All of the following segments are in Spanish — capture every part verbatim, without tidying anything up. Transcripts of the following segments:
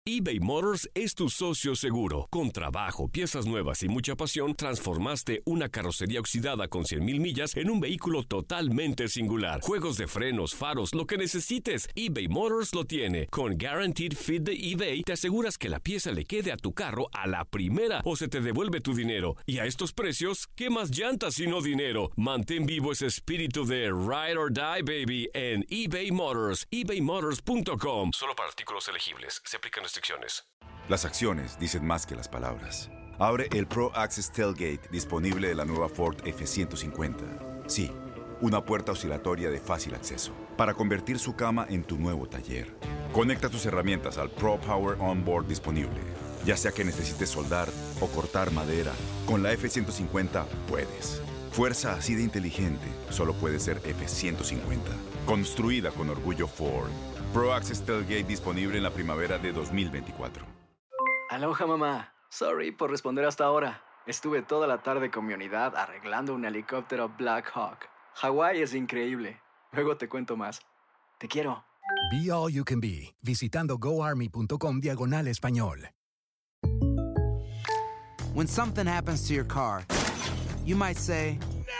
eBay Motors es tu socio seguro. Con trabajo, piezas nuevas y mucha pasión, transformaste una carrocería oxidada con cien mil millas en un vehículo totalmente singular. Juegos de frenos, faros, lo que necesites, eBay Motors lo tiene. Con Guaranteed Fit de eBay, te aseguras que la pieza le quede a tu carro a la primera o se te devuelve tu dinero. Y a estos precios, ¿qué más llantas sino dinero? Mantén vivo ese espíritu de Ride or Die, baby, en eBay Motors. ebay motors punto com. Solo para artículos elegibles. Se aplican restricciones. Las acciones dicen más que las palabras. Abre el Pro Access Tailgate disponible de la nueva Ford F ciento cincuenta. Sí, una puerta oscilatoria de fácil acceso para convertir su cama en tu nuevo taller. Conecta tus herramientas al Pro Power Onboard disponible. Ya sea que necesites soldar o cortar madera, con la F ciento cincuenta puedes. Fuerza así de inteligente solo puede ser F ciento cincuenta. Construida con orgullo Ford. Pro Access Tailgate disponible en la primavera de dos mil veinticuatro. Aloha, mamá. Sorry por responder hasta ahora. Estuve toda la tarde con mi unidad arreglando un helicóptero Black Hawk. Hawái es increíble. Luego te cuento más. Te quiero. Be All You Can Be, visitando goarmy.com diagonal español. When something happens to your car, you might say,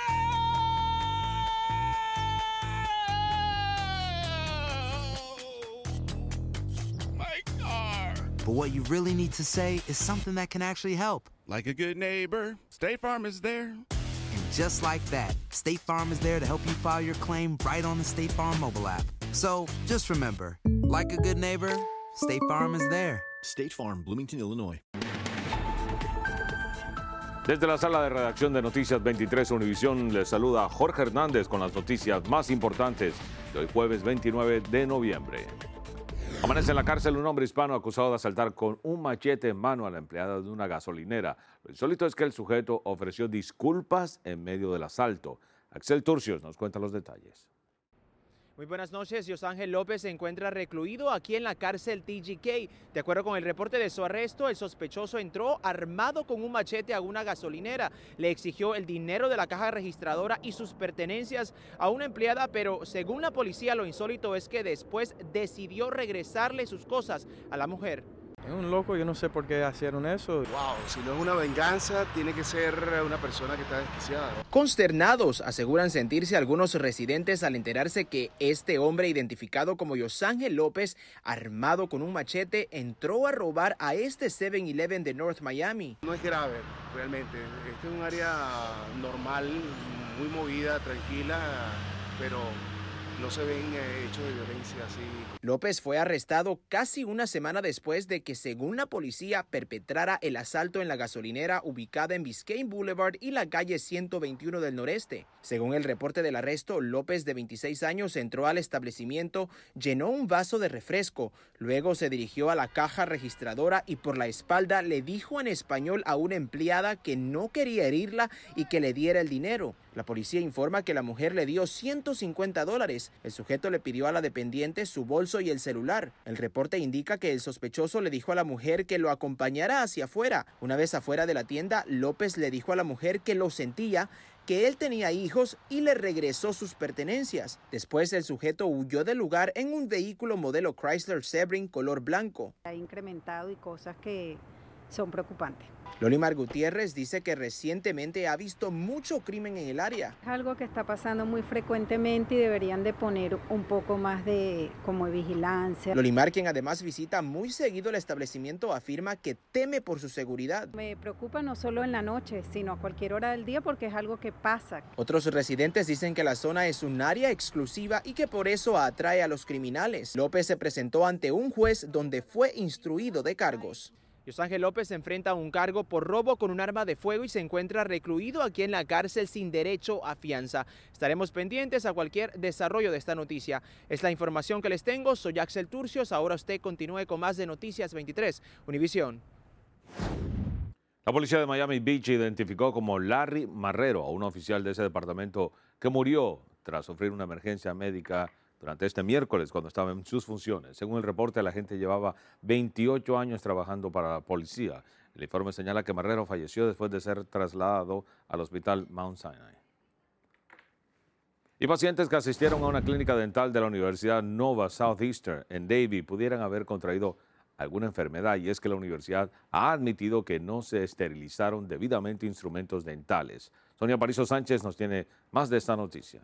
but what you really need to say is something that can actually help. Like a good neighbor, State Farm is there. And just like that, State Farm is there to help you file your claim right on the State Farm mobile app. So just remember, like a good neighbor, State Farm is there. State Farm, Bloomington, Illinois. Desde la sala de redacción de Noticias veintitrés Univisión les saluda Jorge Hernández con las noticias más importantes de hoy jueves veintinueve de noviembre. Amanece en la cárcel un hombre hispano acusado de asaltar con un machete en mano a la empleada de una gasolinera. Lo insólito es que el sujeto ofreció disculpas en medio del asalto. Axel Turcios nos cuenta los detalles. Muy buenas noches. Yosángel López se encuentra recluido aquí en la cárcel T G K. De acuerdo con el reporte de su arresto, el sospechoso entró armado con un machete a una gasolinera. Le exigió el dinero de la caja registradora y sus pertenencias a una empleada, pero según la policía, lo insólito es que después decidió regresarle sus cosas a la mujer. Es un loco, yo no sé por qué hicieron eso. Wow, si no es una venganza, tiene que ser una persona que está desquiciada. Consternados, aseguran sentirse algunos residentes al enterarse que este hombre, identificado como Yosángel López, armado con un machete, entró a robar a este siete eleven de North Miami. No es grave, realmente. Este es un área normal, muy movida, tranquila, pero no se ven eh, hechos de violencia así. López fue arrestado casi una semana después de que, según la policía, perpetrara el asalto en la gasolinera ubicada en Biscayne Boulevard y la calle ciento veintiuno del noreste. Según el reporte del arresto, López, de veintiséis años, entró al establecimiento, llenó un vaso de refresco, luego se dirigió a la caja registradora y por la espalda le dijo en español a una empleada que no quería herirla y que le diera el dinero. La policía informa que la mujer le dio ciento cincuenta dólares. El sujeto le pidió a la dependiente su bolso y el celular. El reporte indica que el sospechoso le dijo a la mujer que lo acompañara hacia afuera. Una vez afuera de la tienda, López le dijo a la mujer que lo sentía, que él tenía hijos y le regresó sus pertenencias. Después el sujeto huyó del lugar en un vehículo modelo Chrysler Sebring color blanco. Ha incrementado y cosas que son preocupantes. Lolimar Gutiérrez dice que recientemente ha visto mucho crimen en el área. Es algo que está pasando muy frecuentemente y deberían de poner un poco más de como de vigilancia. Lolimar, quien además visita muy seguido el establecimiento, afirma que teme por su seguridad. Me preocupa no solo en la noche, sino a cualquier hora del día porque es algo que pasa. Otros residentes dicen que la zona es un área exclusiva y que por eso atrae a los criminales. López se presentó ante un juez donde fue instruido de cargos. Yosángel López se enfrenta a un cargo por robo con un arma de fuego y se encuentra recluido aquí en la cárcel sin derecho a fianza. Estaremos pendientes a cualquier desarrollo de esta noticia. Es la información que les tengo. Soy Axel Turcios. Ahora usted continúe con más de Noticias veintitrés Univisión. La policía de Miami Beach identificó como Larry Marrero a un oficial de ese departamento que murió tras sufrir una emergencia médica durante este miércoles cuando estaba en sus funciones. Según el reporte, la gente llevaba veintiocho años trabajando para la policía. El informe señala que Marrero falleció después de ser trasladado al hospital Mount Sinai. Y pacientes que asistieron a una clínica dental de la Universidad Nova Southeastern en Davie pudieran haber contraído alguna enfermedad, y es que la universidad ha admitido que no se esterilizaron debidamente instrumentos dentales. Sonia Parizo Sánchez nos tiene más de esta noticia.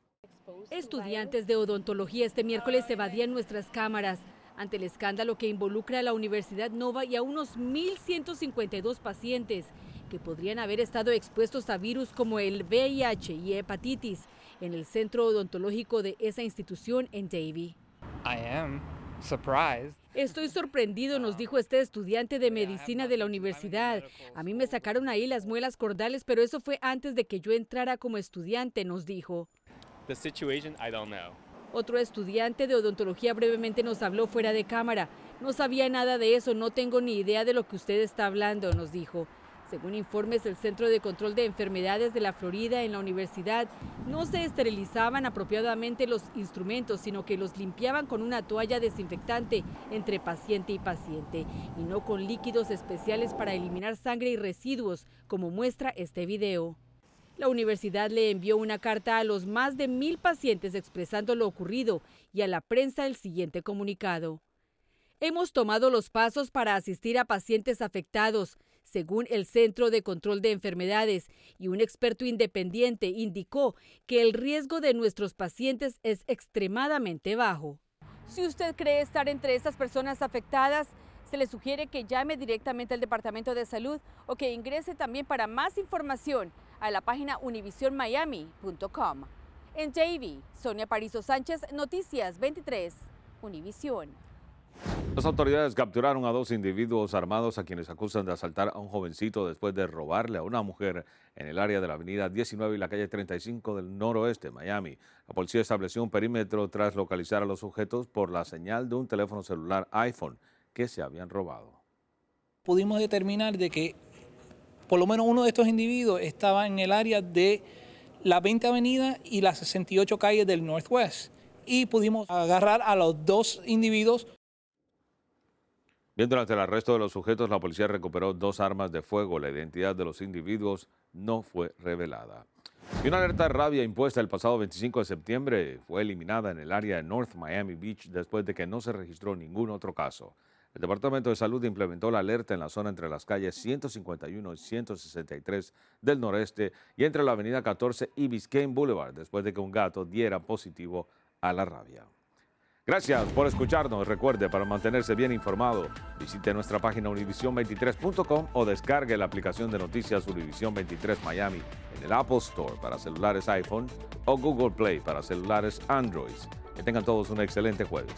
Estudiantes de odontología este miércoles evadían nuestras cámaras ante el escándalo que involucra a la Universidad Nova y a unos mil ciento cincuenta y dos pacientes que podrían haber estado expuestos a virus como el V I H y hepatitis en el centro odontológico de esa institución en Davie. I am surprised. Estoy sorprendido, nos dijo este estudiante de medicina de la universidad. A mí me sacaron ahí las muelas cordales, pero eso fue antes de que yo entrara como estudiante, nos dijo. The situation, I don't know. Otro estudiante de odontología brevemente nos habló fuera de cámara. No sabía nada de eso, no tengo ni idea de lo que usted está hablando, nos dijo. Según informes del Centro de Control de Enfermedades de la Florida, en la universidad no se esterilizaban apropiadamente los instrumentos, sino que los limpiaban con una toalla desinfectante entre paciente y paciente, y no con líquidos especiales para eliminar sangre y residuos, como muestra este video. La universidad le envió una carta a los más de mil pacientes expresando lo ocurrido y a la prensa el siguiente comunicado. Hemos tomado los pasos para asistir a pacientes afectados, según el Centro de Control de Enfermedades, y un experto independiente indicó que el riesgo de nuestros pacientes es extremadamente bajo. Si usted cree estar entre estas personas afectadas, se le sugiere que llame directamente al Departamento de Salud o que ingrese también para más información a la página univision miami punto com. En Davie, Sonia Parizo Sánchez, Noticias veintitrés, Univisión. Las autoridades capturaron a dos individuos armados a quienes acusan de asaltar a un jovencito después de robarle a una mujer en el área de la avenida diecinueve y la calle treinta y cinco del noroeste de Miami. La policía estableció un perímetro tras localizar a los sujetos por la señal de un teléfono celular iPhone que se habían robado. Pudimos determinar de que por lo menos uno de estos individuos estaba en el área de la veinte Avenida y la sesenta y ocho calle del Northwest, y pudimos agarrar a los dos individuos. Bien, durante el arresto de los sujetos, la policía recuperó dos armas de fuego. La identidad de los individuos no fue revelada. Y una alerta de rabia impuesta el pasado veinticinco de septiembre fue eliminada en el área de North Miami Beach después de que no se registró ningún otro caso. El Departamento de Salud implementó la alerta en la zona entre las calles ciento cincuenta y uno y ciento sesenta y tres del noreste y entre la avenida catorce y Biscayne Boulevard después de que un gato diera positivo a la rabia. Gracias por escucharnos. Recuerde, para mantenerse bien informado, visite nuestra página univision veintitrés punto com o descargue la aplicación de noticias Univision veintitrés Miami en el Apple Store para celulares iPhone o Google Play para celulares Android. Que tengan todos un excelente jueves.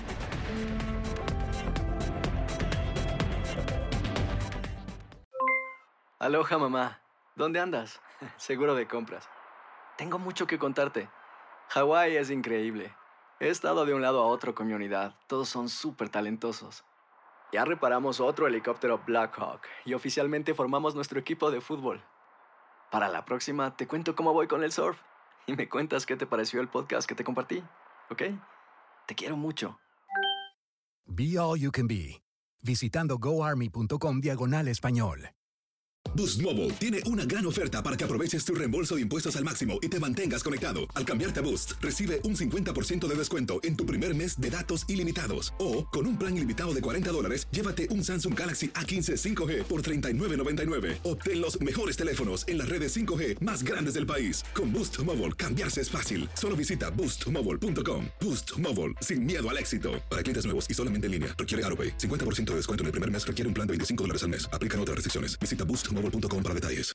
Aloha, mamá. ¿Dónde andas? Seguro de compras. Tengo mucho que contarte. Hawái es increíble. He estado de un lado a otro con mi unidad. Todos son súper talentosos. Ya reparamos otro helicóptero Black Hawk y oficialmente formamos nuestro equipo de fútbol. Para la próxima te cuento cómo voy con el surf y me cuentas qué te pareció el podcast que te compartí, ¿ok? Te quiero mucho. Be All You Can Be. Visitando goarmy.com diagonal español. Boost Mobile tiene una gran oferta para que aproveches tu reembolso de impuestos al máximo y te mantengas conectado. Al cambiarte a Boost, recibe un cincuenta por ciento de descuento en tu primer mes de datos ilimitados. O, con un plan ilimitado de cuarenta dólares, llévate un Samsung Galaxy A quince cinco G por treinta y nueve noventa y nueve. Obtén los mejores teléfonos en las redes cinco G más grandes del país. Con Boost Mobile, cambiarse es fácil. Solo visita boost mobile punto com. Boost Mobile, sin miedo al éxito. Para clientes nuevos y solamente en línea, requiere AutoPay. cincuenta por ciento de descuento en el primer mes requiere un plan de veinticinco dólares al mes. Aplican otras restricciones. Visita boost mobile punto com para detalles.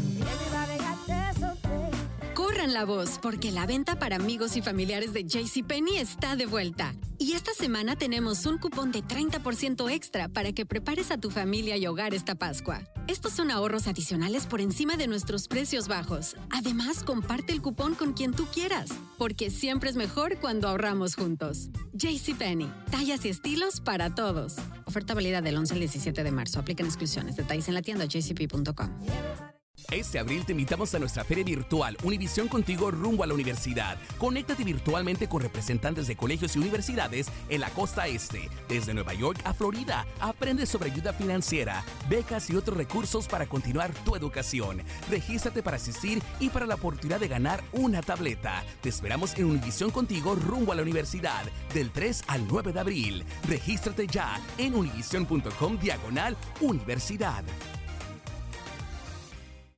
Corran la voz, porque la venta para amigos y familiares de JCPenney está de vuelta. Y esta semana tenemos un cupón de treinta por ciento extra para que prepares a tu familia y hogar esta Pascua. Estos son ahorros adicionales por encima de nuestros precios bajos. Además, comparte el cupón con quien tú quieras, porque siempre es mejor cuando ahorramos juntos. JCPenney, tallas y estilos para todos. Oferta válida del once al diecisiete de marzo. Aplican exclusiones. Detalles en la tienda j c p punto com. Este abril te invitamos a nuestra feria virtual Univisión Contigo rumbo a la universidad. Conéctate virtualmente con representantes de colegios y universidades en la costa este, desde Nueva York a Florida. Aprende sobre ayuda financiera, becas y otros recursos para continuar tu educación. Regístrate para asistir y para la oportunidad de ganar una tableta. Te esperamos en Univisión Contigo rumbo a la universidad del tres al nueve de abril. Regístrate ya en univision punto com diagonal universidad.